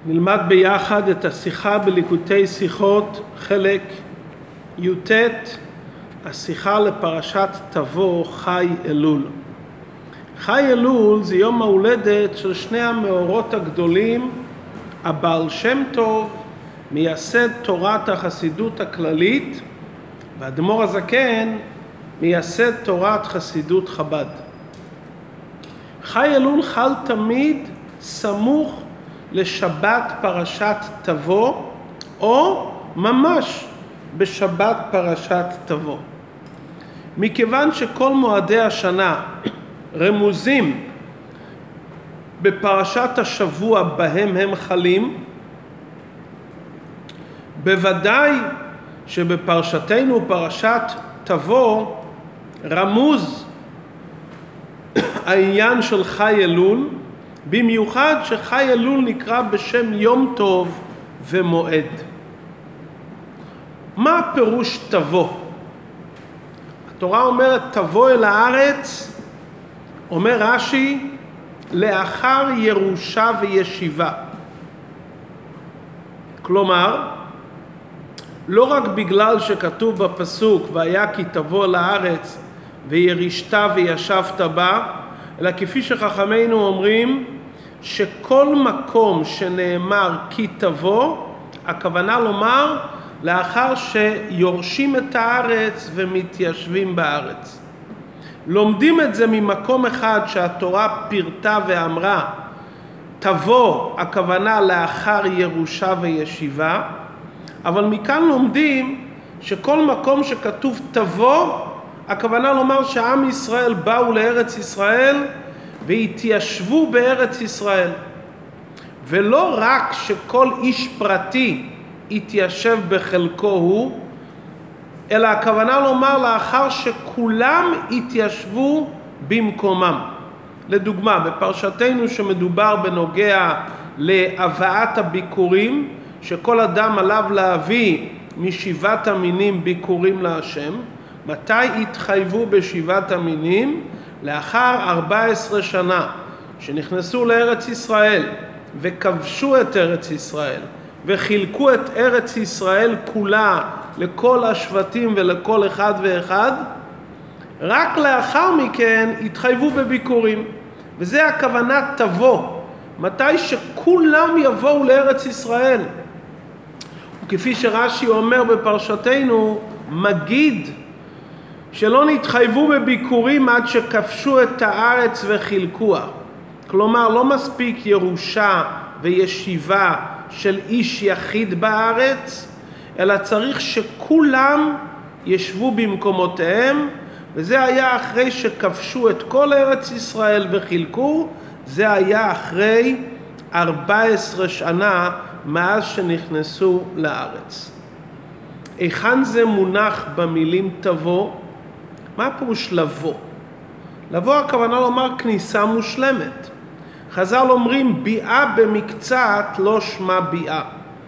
נלמד ביחד את השיחה בליקוטי שיחות, חלק י"ט, השיחה לפרשת תבוא חי אלול. חי אלול זה יום ההולדת של שני המאורות הגדולים, הבעל שם טוב, מייסד תורת החסידות הכללית, והאדמו"ר הזקן, מייסד תורת חסידות חב"ד. חי אלול חל תמיד סמוך לשבת פרשת תבוא, או ממש בשבת פרשת תבוא. מכיוון שכל מועדי השנה רמוזים בפרשת השבוע בהם הם חלים, בוודאי שבפרשתנו פרשת תבוא רמוז העניין של חי אלול, במיוחד שחי אלול נקרא בשם יום טוב ומועד. מה פירוש תבוא? התורה אומרת תבוא אל הארץ, אומר רש"י, לאחר ירושה וישיבה. כלומר, לא רק בגלל שכתוב בפסוק והיה כי תבוא לארץ וירישת וישבת בה, אלא כפי שחכמינו אומרים שכל מקום שנאמר כי תבוא, הכוונה לומר לאחר שיורשים את הארץ ומתיישבים בארץ. לומדים את זה ממקום אחד שהתורה פירטה ואמרה תבוא, הכוונה לאחר ירושה וישיבה, אבל מכאן לומדים שכל מקום שכתוב תבוא, הכוונה לומר שעם ישראל באו לארץ ישראל והתיישבו בארץ ישראל. ולא רק שכל איש פרטי התיישב בחלקו הוא, אלא הכוונה לומר לאחר שכולם התיישבו במקומם. לדוגמה, בפרשתנו שמדובר בנוגע להבאת הביקורים, שכל אדם עליו להביא משבעת המינים ביקורים להשם. מתי התחייבו בשבעת המינים? לאחר 14 שנה שנכנסו לארץ ישראל וכבשו את ארץ ישראל וחילקו את ארץ ישראל כולה לכל השבטים ולכל אחד ואחד, רק לאחר מכן התחייבו בביקורים. וזה הכוונה תבוא, מתי שכולם יבואו לארץ ישראל. וכפי שרש"י אומר בפרשתנו, מגיד שלא נתחייבו בביקורים עד שכבשו את הארץ וחילקוה. כלומר, לא מספיק ירושה וישיבה של איש יחיד בארץ, אלא צריך שכולם ישבו במקומותיהם, וזה היה אחרי שכבשו את כל ארץ ישראל וחילקו, זה היה אחרי 14 שנה מאז שנכנסו לארץ. היכן זה מונח במילים תבוא? מה פירוש לבוא? לבוא הכוונה לומר כניסה מושלמת. חז"ל אומרים ביאה במקצת לא שמה ביאה.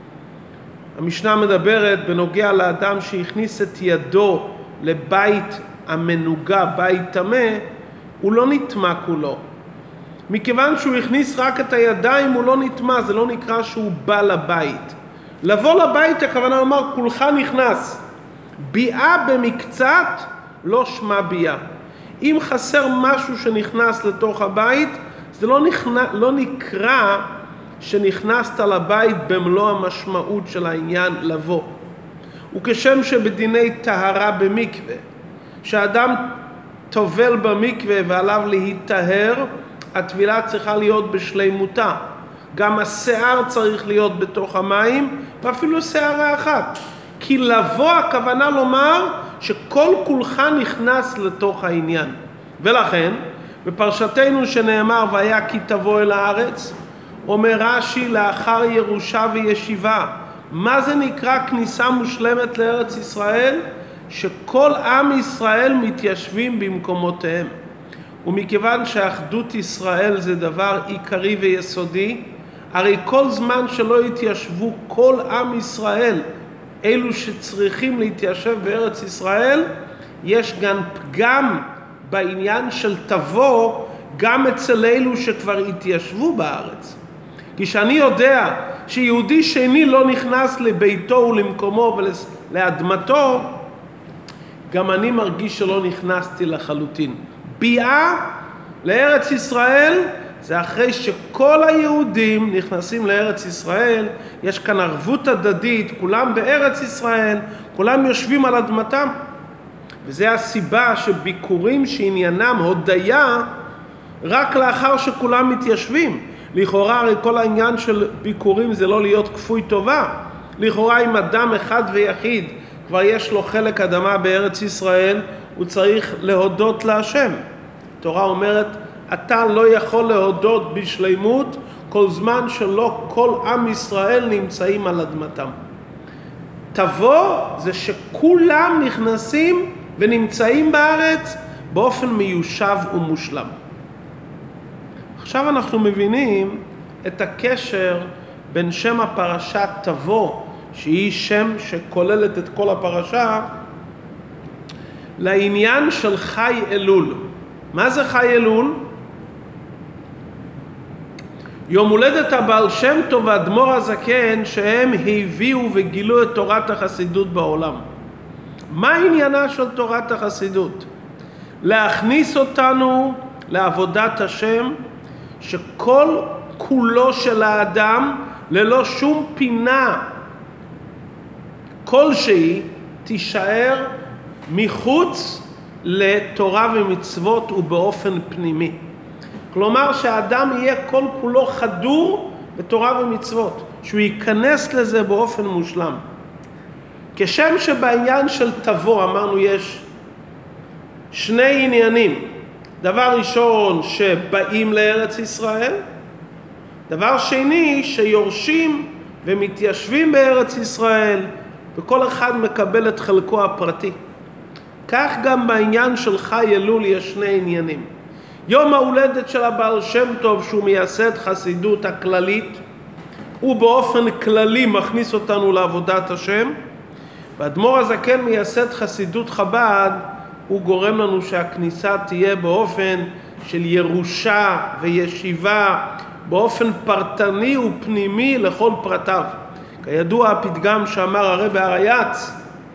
המשנה מדברת בנוגע לאדם שהכניס את ידו לבית המנוגה, בית טמא, הוא לא נטמא כולו. מכיוון שהוא הכניס רק את הידיים הוא לא נטמא, זה לא נקרא שהוא בא לבית. לבוא לבית הכוונה לומר כולך נכנס. ביאה במקצת לא שמה ביאה. אם חסר משהו שנכנס לתוך הבית, זה לא נקרא שנכנסת לבית במלוא המשמעות של העניין לבוא. וכשם שבדיני טהרה במקווה, שהאדם טובל במקווה ועליו להיטהר, הטבילה צריכה להיות בשלימותה. גם השיער צריך להיות בתוך המים, ואפילו שערה אחת. כי לבוא הכוונה לומר שכל כולך נכנס לתוך העניין. ולכן, בפרשתנו שנאמר והיה כי תבוא אל הארץ, אומר רש"י לאחר ירושה וישיבה. מה זה נקרא כניסה מושלמת לארץ ישראל? שכל עם ישראל מתיישבים במקומותיהם. ומכיוון שאחדות ישראל זה דבר עיקרי ויסודי, הרי כל זמן שלא יתיישבו כל עם ישראל, אלו שצריכים להתיישב בארץ ישראל, יש גם פגם בעניין של תבוא גם אצל אלו שכבר התיישבו בארץ. כי שאני יודע שיהודי שני לא נכנס לביתו ולמקומו ולאדמתו, גם אני מרגיש שלא נכנסתי לחלוטין. ביאה לארץ ישראל זה אחרי שכל היהודים נכנסים לארץ ישראל, יש כאן ערבות הדדית, כולם בארץ ישראל, כולם יושבים על אדמתם. וזה הסיבה שביקורים שעניינם הודיה רק לאחר שכולם מתיישבים. לכאורה הרי כל העניין של ביקורים זה לא להיות כפוי טובה. לכאורה אם אדם אחד ויחיד כבר יש לו חלק אדמה בארץ ישראל, הוא צריך להודות להשם. התורה אומרת, אתה לא יכול להודות בשלימות כל זמן שלא כל עם ישראל נמצאים על אדמתם. תבוא זה שכולם נכנסים ונמצאים בארץ באופן מיושב ומושלם. עכשיו אנחנו מבינים את הקשר בין שם הפרשה תבוא, שהיא שם שכוללת את כל הפרשה, לעניין של חי אלול. מה זה חי אלול? יום הולדת הבעל שם טוב והאדמו"ר הזקן שהם הביאו וגילו את תורת החסידות בעולם. מה עניינה של תורת החסידות? להכניס אותנו לעבודת השם, שכל כולו של האדם ללא שום פינה כלשהי תישאר מחוץ לתורה ומצוות ובאופן פנימי. כלומר שהאדם יהיה כל כולו חדור בתורה ומצוות, שהוא ייכנס לזה באופן מושלם. כשם שבעניין של תבוא אמרנו יש שני עניינים. דבר ראשון שבאים לארץ ישראל, דבר שני שיורשים ומתיישבים בארץ ישראל וכל אחד מקבל את חלקו הפרטי. כך גם בעניין של חי אלול יש שני עניינים. יום ההולדת של הבעל שם טוב שהוא מייסד חסידות הכללית, הוא באופן כללי מכניס אותנו לעבודת השם, והאדמו"ר הזקן מייסד חסידות חב"ד, הוא גורם לנו שהכניסה תהיה באופן של ירושה וישיבה, באופן פרטני ופנימי לכל פרטיו. כידוע הפתגם שאמר הרבי הריי"צ,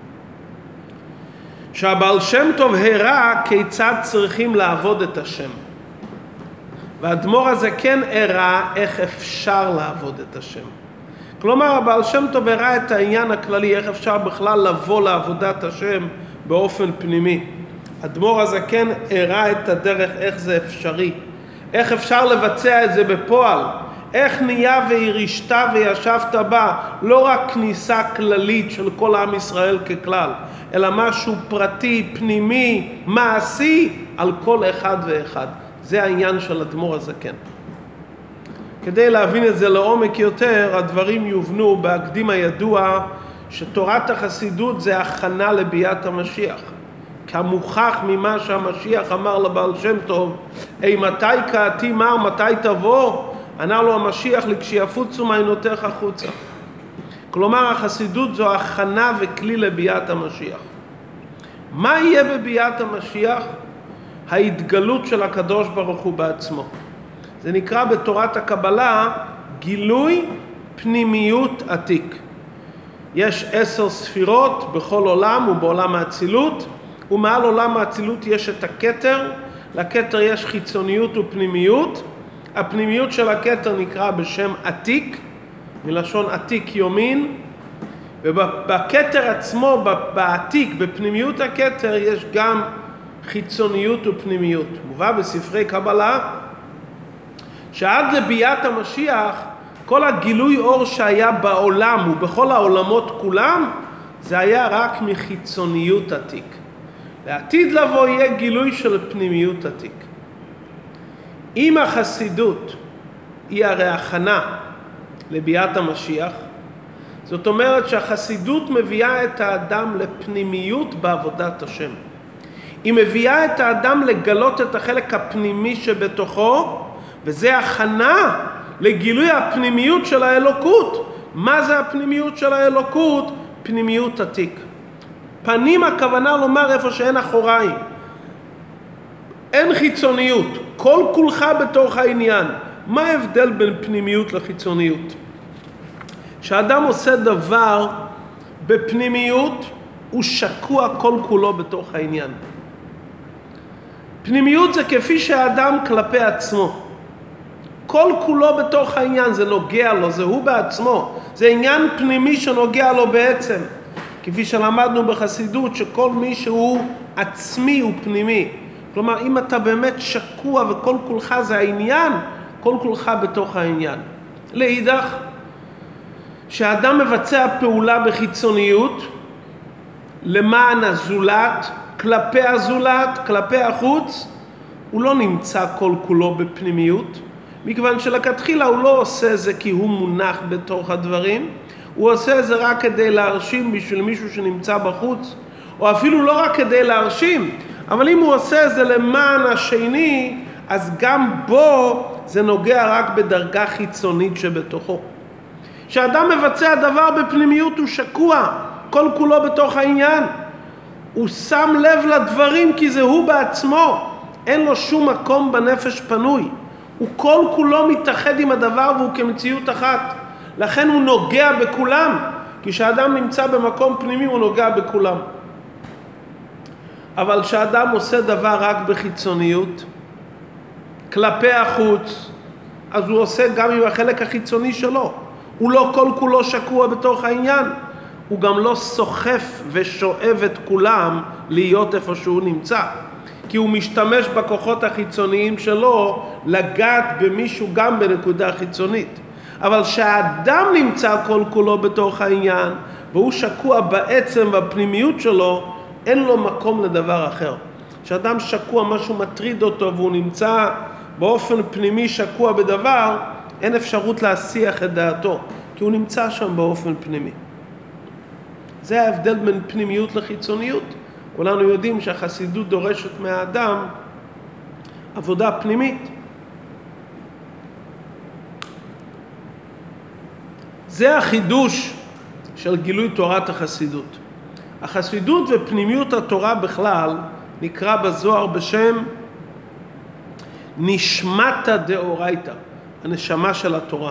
שהבעל שם טוב הראה כיצד צריכים לעבוד את השם. והאדמו"ר הזקן הראה איך אפשר לעבוד את השם. כלומר, הבעל שם טוב הראה את העניין הכללי, איך אפשר בכלל לבוא לעבודת השם באופן פנימי. האדמו"ר הזקן הראה את הדרך איך זה אפשרי. איך אפשר לבצע את זה בפועל. איך נהיה וירשת וישבת בה, לא רק כניסה כללית של כל עם ישראל ככלל, אלא משהו פרטי, פנימי, מעשי, על כל אחד ואחד. זה העניין של האדמו"ר הזקן. כדי להבין את זה לעומק יותר, הדברים יובנו בהקדים הידוע שתורת החסידות זה הכנה לביאת המשיח. כמוכח ממה שהמשיח אמר לבעל שם טוב, מתי קראתי מר, מתי תבוא? ענה לו המשיח, לכשיפוצו מעיינותיך חוצה. כלומר, החסידות זו הכנה וכלי לביאת המשיח. מה יהיה בביאת המשיח? ההתגלות של הקדוש ברוך הוא בעצמו. זה נקרא בתורת הקבלה גילוי פנימיות עתיק. יש 10 ספירות בכל עולם ובעולם האצילות, ומעל עולם האצילות יש את הכתר. לכתר יש חיצוניות ופנימיות. הפנימיות של הכתר נקרא בשם עתיק, מלשון עתיק יומין, ובכתר עצמו, בעתיק, בפנימיות הכתר, יש גם חיצוניות ופנימיות. מובא בספרי קבלה שעד לביאת המשיח כל הגילוי אור שהיה בעולם ובכל העולמות כולם זה היה רק מחיצוניות עתיק. לעתיד לבוא יהיה גילוי של פנימיות עתיק. אם החסידות היא הרי הכנה לביאת המשיח, זאת אומרת שהחסידות מביאה את האדם לפנימיות בעבודת השם. היא מביאה את האדם לגלות את החלק הפנימי שבתוכו, וזה הכנה לגילוי הפנימיות של האלוקות. מה זה הפנימיות של האלוקות? פנימיות עתיק. פנים הכוונה לומר איפה שאין אחוריים. אין חיצוניות. כל כולך בתוך העניין. מה ההבדל בין פנימיות לחיצוניות? כשאדם עושה דבר בפנימיות, הוא שקוע כל כולו בתוך העניין. פנימיות זה כפי שהאדם כלפי עצמו. כל כולו בתוך העניין, זה נוגע לו, זה הוא בעצמו. זה עניין פנימי שנוגע לו בעצם. כפי שלמדנו בחסידות, שכל מי שהוא עצמי הוא פנימי. כלומר, אם אתה באמת שקוע וכל כולך זה העניין, כל כולך בתוך העניין. לאידך, שהאדם מבצע פעולה בחיצוניות, למען הזולת, כלפי הזולת, כלפי החוץ, הוא לא נמצא כל כולו בפנימיות, מכיוון שלכתחילה הוא לא עושה זה כי הוא מונח בתוך הדברים, הוא עושה זה רק כדי להרשים בשביל מישהו שנמצא בחוץ, או אפילו לא רק כדי להרשים, אבל אם הוא עושה זה למען השני, אז גם בו זה נוגע רק בדרגה חיצונית שבתוכו. כשאדם מבצע דבר בפנימיות הוא שקוע, כל כולו בתוך העניין. הוא שם לב לדברים כי זה הוא בעצמו. אין לו שום מקום בנפש פנוי. הוא כל כולו מתאחד עם הדבר והוא כמציאות אחת. לכן הוא נוגע בכולם. כי כשאדם נמצא במקום פנימי הוא נוגע בכולם. אבל כשאדם עושה דבר רק בחיצוניות, כלפי החוץ, אז הוא עושה גם עם החלק החיצוני שלו. הוא לא כל כולו שקוע בתוך העניין. הוא גם לא סוחף ושואב את כולם להיות איפה שהוא נמצא. כי הוא משתמש בכוחות החיצוניים שלו לגעת במישהו גם בנקודה חיצונית. אבל שהאדם נמצא כל כולו בתוך העניין, והוא שקוע בעצם בפנימיות שלו, אין לו מקום לדבר אחר. כשאדם שקוע, משהו מטריד אותו והוא נמצא באופן פנימי שקוע בדבר, אין אפשרות להסיח את דעתו, כי הוא נמצא שם באופן פנימי. זה ההבדל בין פנימיות לחיצוניות. כולנו יודעים שהחסידות דורשת מהאדם עבודה פנימית. זה החידוש של גילוי תורת החסידות. החסידות ופנימיות התורה בכלל נקרא בזוהר בשם נשמתא דאורייתא, הנשמה של התורה.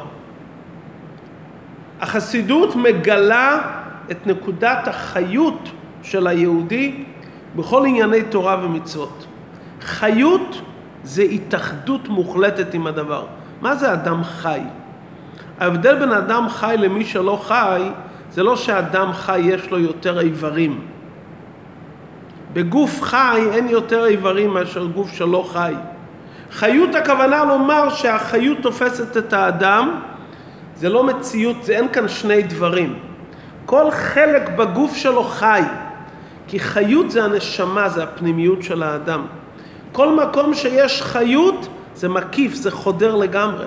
החסידות מגלה את נקודת החיות של היהודי בכל ענייני תורה ומצוות. חיות זה התאחדות מוחלטת עם הדבר. מה זה אדם חי? ההבדל בין אדם חי למי שלא חי, זה לא שאדם חי יש לו יותר איברים. בגוף חי אין יותר איברים מאשר גוף שלא חי. חיות הכוונה לומר שהחיות תופסת את האדם, זה לא מציאות, זה אין כאן שני דברים. כל חלק בגוף שלו חי, כי חיות זה הנשמה, זה הפנימיות של האדם. כל מקום שיש חיות זה מקיף, זה חודר לגמרי.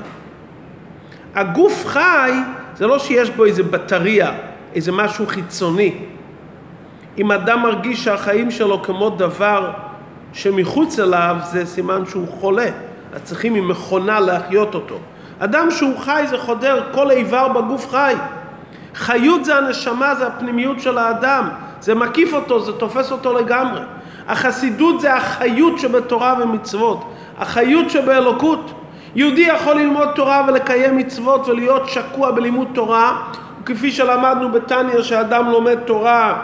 הגוף חי זה לא שיש בו איזה בטריה, איזה משהו חיצוני. אם אדם מרגיש שהחיים שלו כמו דבר שמחוץ אליו, זה סימן שהוא חולה. אז צריכים עם מכונה להחיות אותו. אדם שהוא חי זה חודר, כל איבר בגוף חי. חיות זה הנשמה, זה הפנימיות של האדם. זה מקיף אותו, זה תופס אותו לגמרי. החסידות זה החיות שבתורה ומצוות. החיות שבאלוקות. יהודי יכול ללמוד תורה ולקיים מצוות ולהיות שקוע בלימוד תורה. וכפי שלמדנו בתניא שאדם לומד תורה,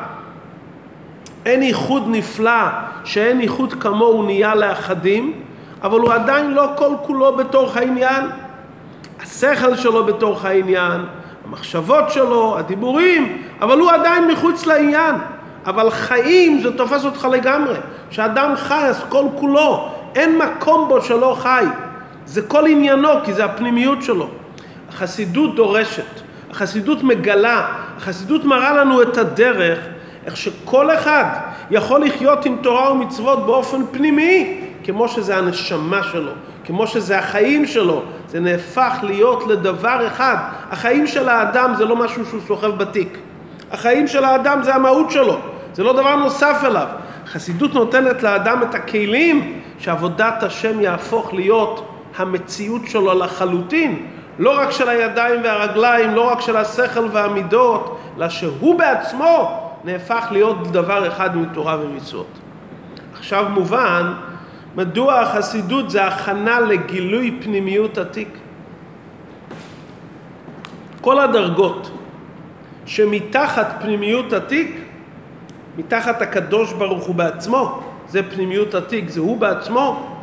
אין ייחוד נפלא, שאין ייחוד כמוהו נהיה לאחדים, אבל הוא עדיין לא כל כולו בתוך העניין. השכל שלו בתוך העניין, המחשבות שלו, הדיבורים, אבל הוא עדיין מחוץ לעניין. אבל חיים זה תופס אותך לגמרי. כשאדם חי אז כל כולו, אין מקום בו שלא חי. זה כל עניינו, כי זה הפנימיות שלו. החסידות דורשת, החסידות מגלה, החסידות מראה לנו את הדרך, איך שכל אחד יכול לחיות עם תורה ומצוות באופן פנימי, כמו שזה הנשמה שלו, כמו שזה החיים שלו, זה נהפך להיות לדבר אחד. החיים של האדם זה לא משהו שהוא סוחב בתיק. החיים של האדם זה המהות שלו, זה לא דבר נוסף אליו. חסידות נותנת לאדם את הכלים שעבודת השם יהפוך להיות המציאות שלו לחלוטין, לא רק של הידיים והרגליים, לא רק של השכל והמידות, אלא שהוא בעצמו נהפך להיות דבר אחד מתורה ומצוות. עכשיו מובן מדוע החסידות זה הכנה לגילוי פנימיות עתיק. כל הדרגות שמתחת פנימיות התיק, מתחת הקדוש ברוך הוא בעצמו, זה פנימיות התיק, זה הוא בעצמו,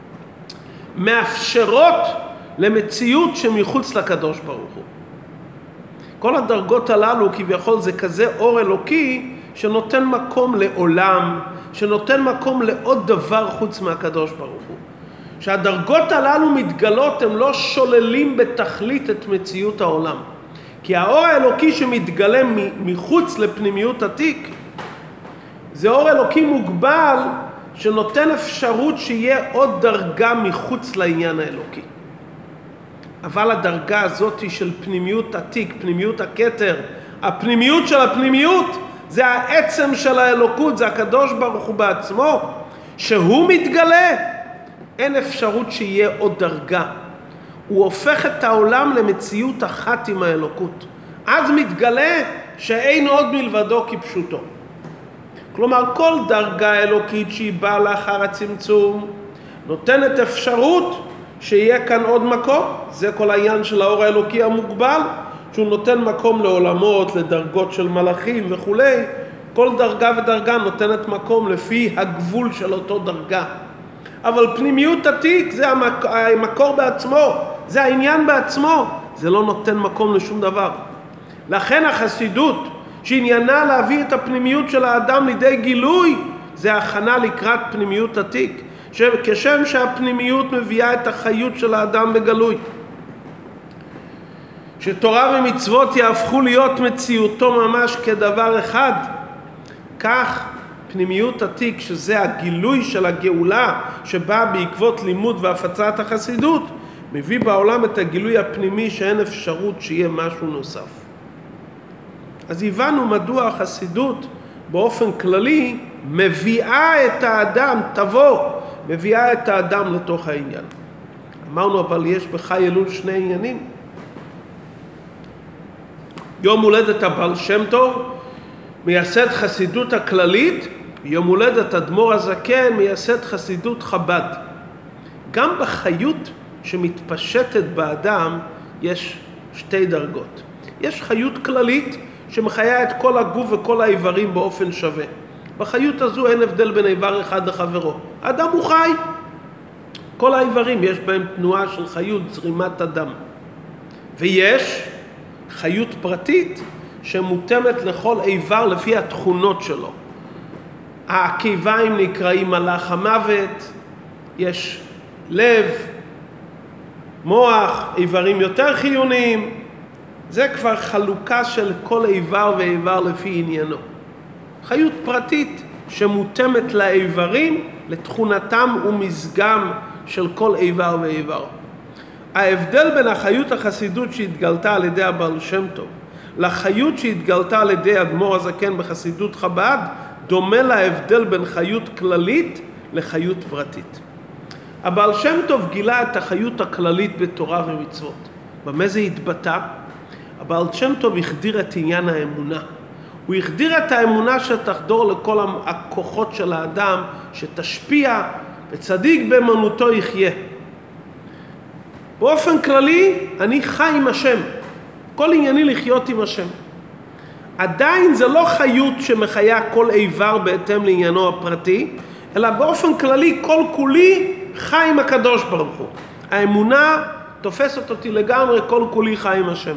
מאפשרות למציאות שמחוץ לקדוש ברוך הוא. כל הדרגות הללו כביכול זה כזה אור אלוקי שנותן מקום לעולם, שנותן מקום לעוד דבר חוץ מהקדוש ברוך הוא. שהדרגות הללו מתגלות, הם לא שוללים בתכלית את מציאות העולם. כי האור האלוקי שמתגלה מחוץ לפנימיות התיק, זה אור אלוקי מוגבל שנותן אפשרות שיהיה עוד דרגה מחוץ לעניין האלוקי. אבל הדרגה הזאת של פנימיות התיק, פנימיות הכתר, הפנימיות של הפנימיות, זה העצם של האלוקות, זה הקדוש ברוך הוא בעצמו, שהוא מתגלה, אין אפשרות שיהיה עוד דרגה. הוא הופך את העולם למציאות אחת עם האלוקות. אז מתגלה שאין עוד מלבדו כפשוטו. כלומר, כל דרגה אלוקית שהיא באה לאחר הצמצום, נותנת אפשרות שיהיה כאן עוד מקום. זה כל העניין של האור האלוקי המוגבל, שהוא נותן מקום לעולמות, לדרגות של מלאכים וכו'. כל דרגה ודרגה נותנת מקום לפי הגבול של אותו דרגה. אבל פנימיות התיק זה המקור בעצמו, זה העניין בעצמו, זה לא נותן מקום לשום דבר. לכן החסידות שעניינה להביא את הפנימיות של האדם לידי גילוי, זה הכנה לקראת פנימיות התיק, כשם שהפנימיות מביאה את החיות של האדם בגלוי. שתורה ומצוות יהפכו להיות מציאותו ממש כדבר אחד, כך פנימיות התיק, שזה הגילוי של הגאולה שבא בעקבות לימוד והפצת החסידות, מביא בעולם את הגילוי הפנימי שאין אפשרות שיהיה משהו נוסף. אז הבנו מדוע החסידות באופן כללי מביאה את האדם, מביאה את האדם לתוך העניין. אמרנו אבל יש בחי אלול שני עניינים. יום הולדת הבעל שם טוב מייסד חסידות הכללית, יום הולדת אדמו"ר הזקן מייסד חסידות חב"ד. גם בחיות שמתפשטת באדם יש שתי דרגות. יש חיות כללית שמחיה את כל הגוף וכל האיברים באופן שווה. בחיות הזו אין הבדל בין איבר אחד לחברו. האדם הוא חי. כל האיברים יש בהם תנועה של חיות, זרימת הדם. ויש חיות פרטית שמותאמת לכל איבר לפי התכונות שלו. העקביים נקראים מלאך המוות, יש לב, מוח, איברים יותר חיוניים. זה כבר חלוקה של כל איבר ואיבר לפי עניינו. חיות פרטית שמותאמת לאיברים, לתכונתם ומסגם של כל איבר ואיבר. ההבדל בין החיות החסידות שהתגלתה על ידי הבעל שם טוב לחיות שהתגלתה על ידי אדמו"ר הזקן בחסידות חב"ד, דומה להבדל בין חיות כללית לחיות פרטית. הבעל שם טוב גילה את החיות הכללית בתורה ומצוות. במה זה התבטא? הבעל שם טוב החדיר את עניין האמונה. הוא החדיר את האמונה שתחדור לכל הכוחות של האדם, שתשפיע וצדיק באמונתו יחיה. באופן כללי אני חי עם השם, כל ענייני לחיות עם השם. עדיין זה לא חיות שמחיה כל איבר בהתאם לעניינו הפרטי, אלא באופן כללי כל כולי חי עם הקדוש ברוך הוא. האמונה תופסת אותי לגמרי, כל כולי חי עם השם.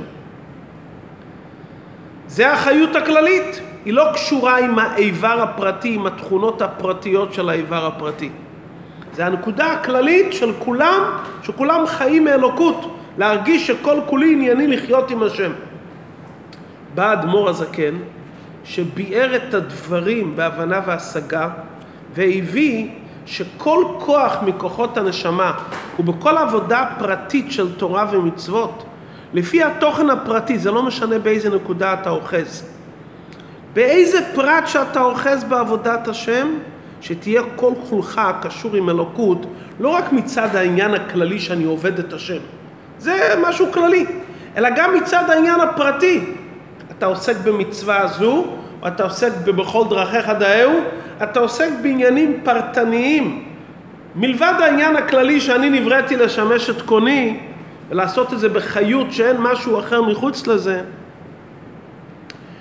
זה החיות הכללית, היא לא קשורה עם האיבר הפרטי, עם התכונות הפרטיות של האיבר הפרטי. זה הנקודה הכללית של כולם, שכולם חיים מאלוקות, להרגיש שכל כולי ענייני לחיות עם השם. בא אדמו"ר הזקן, שביאר את הדברים בהבנה והשגה, והביא שכל כוח מכוחות הנשמה, ובכל עבודה פרטית של תורה ומצוות, לפי התוכן הפרטי, זה לא משנה באיזה נקודה אתה אוחז. באיזה פרט שאתה אוחז בעבודת השם, שתהיה כל כולך קשור עם אלוקות, לא רק מצד העניין הכללי שאני עובד את השם. זה משהו כללי. אלא גם מצד העניין הפרטי. אתה עוסק במצווה הזו, או אתה עוסק בכל דרכיך דאהו, אתה עוסק בעניינים פרטניים. מלבד העניין הכללי שאני נבראתי לשמש את קוני, ולעשות את זה בחיות שאין משהו אחר מחוץ לזה,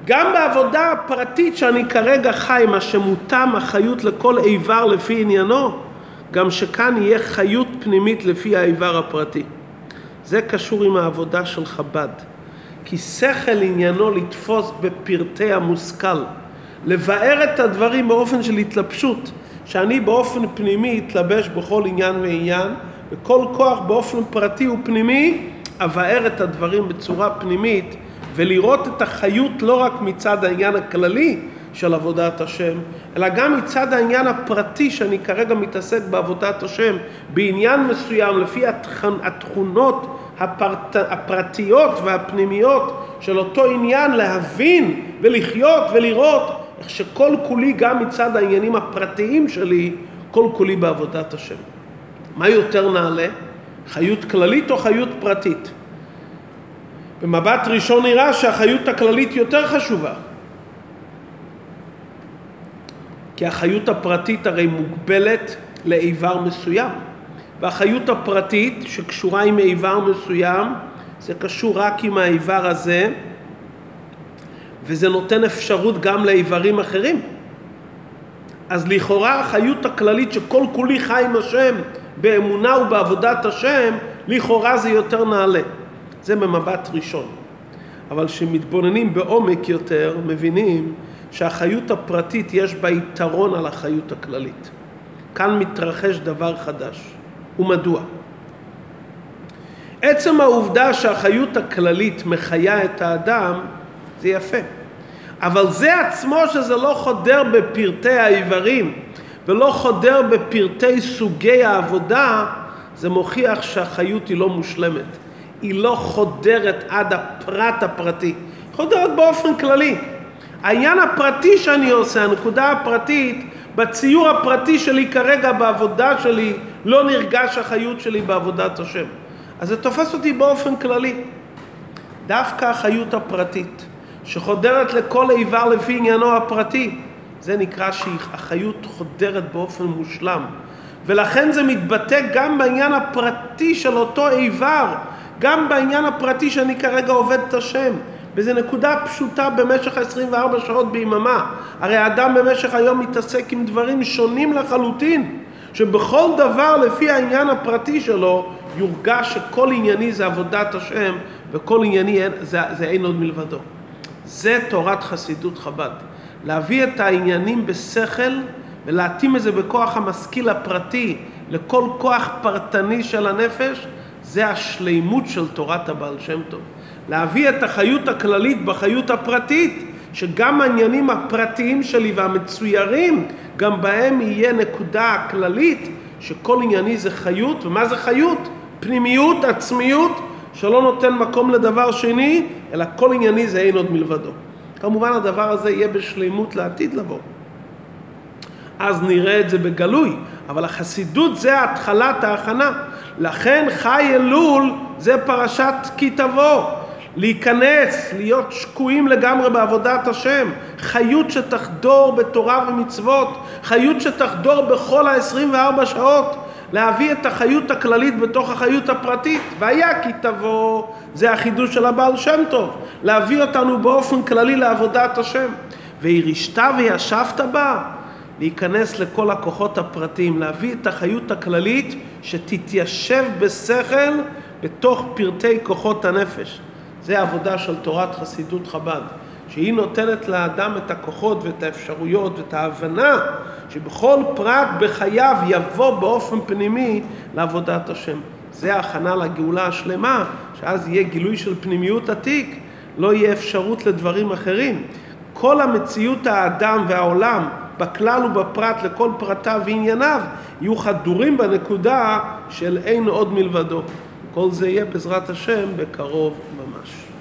גם בעבודה הפרטית שאני כרגע חי, מה שמותם החיות לכל איבר לפי עניינו, גם שכאן יהיה חיות פנימית לפי האיבר הפרטי. זה קשור עם העבודה של חב"ד. כי שכל עניינו לתפוס בפרטי המושכל, לבאר את הדברים באופן של התלבשות, שאני באופן פנימי אתלבש בכל עניין ועניין, וכל כוח באופן פרטי ופנימי, אבאר את הדברים בצורה פנימית, ולראות את החיות לא רק מצד העניין הכללי של עבודת השם, אלא גם מצד העניין הפרטי שאני כרגע מתעסק בעבודת השם, בעניין מסוים לפי התכונות הפרטיות והפנימיות של אותו עניין, להבין ולחיות ולראות איך שכל כולי גם מצד העניינים הפרטיים שלי, כל כולי בעבודת השם. מה יותר נעלה? חיות כללית או חיות פרטית? במבט ראשון נראה שהחיות הכללית יותר חשובה. כי החיות הפרטית הרי מוגבלת לאיבר מסוים. והחיות הפרטית שקשורה עם איבר מסוים, זה קשור רק עם האיבר הזה, וזה נותן אפשרות גם לאיברים אחרים. אז לכאורה החיות הכללית שכל כולי חי עם השם, באמונה ובעבודת השם, לכאורה זה יותר נעלה. זה במבט ראשון. אבל כשמתבוננים בעומק יותר, מבינים שהחיות הפרטית יש בה יתרון על החיות הכללית. כאן מתרחש דבר חדש. ומדוע? עצם העובדה שהחיות הכללית מחיה את האדם, זה יפה. אבל זה עצמו שזה לא חודר בפרטי האיברים, ולא חודר בפרטי סוגי העבודה, זה מוכיח שהחיות היא לא מושלמת. היא לא חודרת עד הפרט הפרטי. חודרת באופן כללי. העניין הפרטי שאני עושה, הנקודה הפרטית, בציור הפרטי שלי כרגע בעבודה שלי, לא נרגש החיות שלי בעבודת השם. אז זה תופס אותי באופן כללי. דווקא החיות הפרטית, שחודרת לכל איבר לפי עניינו הפרטי, זה נקרא שהחיות חודרת באופן מושלם. ולכן זה מתבטא גם בעניין הפרטי של אותו איבר, גם בעניין הפרטי שאני כרגע עובד את השם. וזו נקודה פשוטה במשך 24 שעות ביממה. הרי האדם במשך היום מתעסק עם דברים שונים לחלוטין, שבכל דבר לפי העניין הפרטי שלו יורגש שכל ענייני זה עבודת השם, וכל ענייני זה אין עוד מלבדו. זה תורת חסידות חב"ד. להביא את העניינים בשכל ולהתאים את זה בכוח המשכיל הפרטי לכל כוח פרטני של הנפש, זה השלימות של תורת הבעל שם טוב. להביא את החיות הכללית בחיות הפרטית, שגם העניינים הפרטיים שלי והמצוירים, גם בהם יהיה נקודה כללית, שכל ענייני זה חיות. ומה זה חיות? פנימיות, עצמיות, שלא נותן מקום לדבר שני, אלא כל ענייני זה אין עוד מלבדו. כמובן הדבר הזה יהיה בשלימות לעתיד לבוא. אז נראה את זה בגלוי, אבל החסידות זה התחלת ההכנה. לכן חי אלול זה פרשת כי תבוא. להיכנס, להיות שקועים לגמרי בעבודת השם, חיות שתחדור בתורה ומצוות, חיות שתחדור בכל ה-24 שעות, להביא את החיות הכללית בתוך החיות הפרטית. והיה כי תבוא, זה החידוש של הבעל שם טוב, להביא אותנו באופן כללי לעבודת השם. וירשת וישבת בה, להיכנס לכל הכוחות הפרטיים, להביא את החיות הכללית שתתיישב בשכל בתוך פרטי כוחות הנפש. זה העבודה של תורת חסידות חב"ד, שהיא נותנת לאדם את הכוחות ואת האפשרויות ואת ההבנה שבכל פרט בחייו יבוא באופן פנימי לעבודת השם. זה ההכנה לגאולה השלמה, שאז יהיה גילוי של פנימיות עתיק, לא יהיה אפשרות לדברים אחרים. כל המציאות האדם והעולם, בכלל ובפרט לכל פרטיו וענייניו, יהיו חדורים בנקודה של אין עוד מלבדו. כל זה יהיה בעזרת השם בקרוב ממש.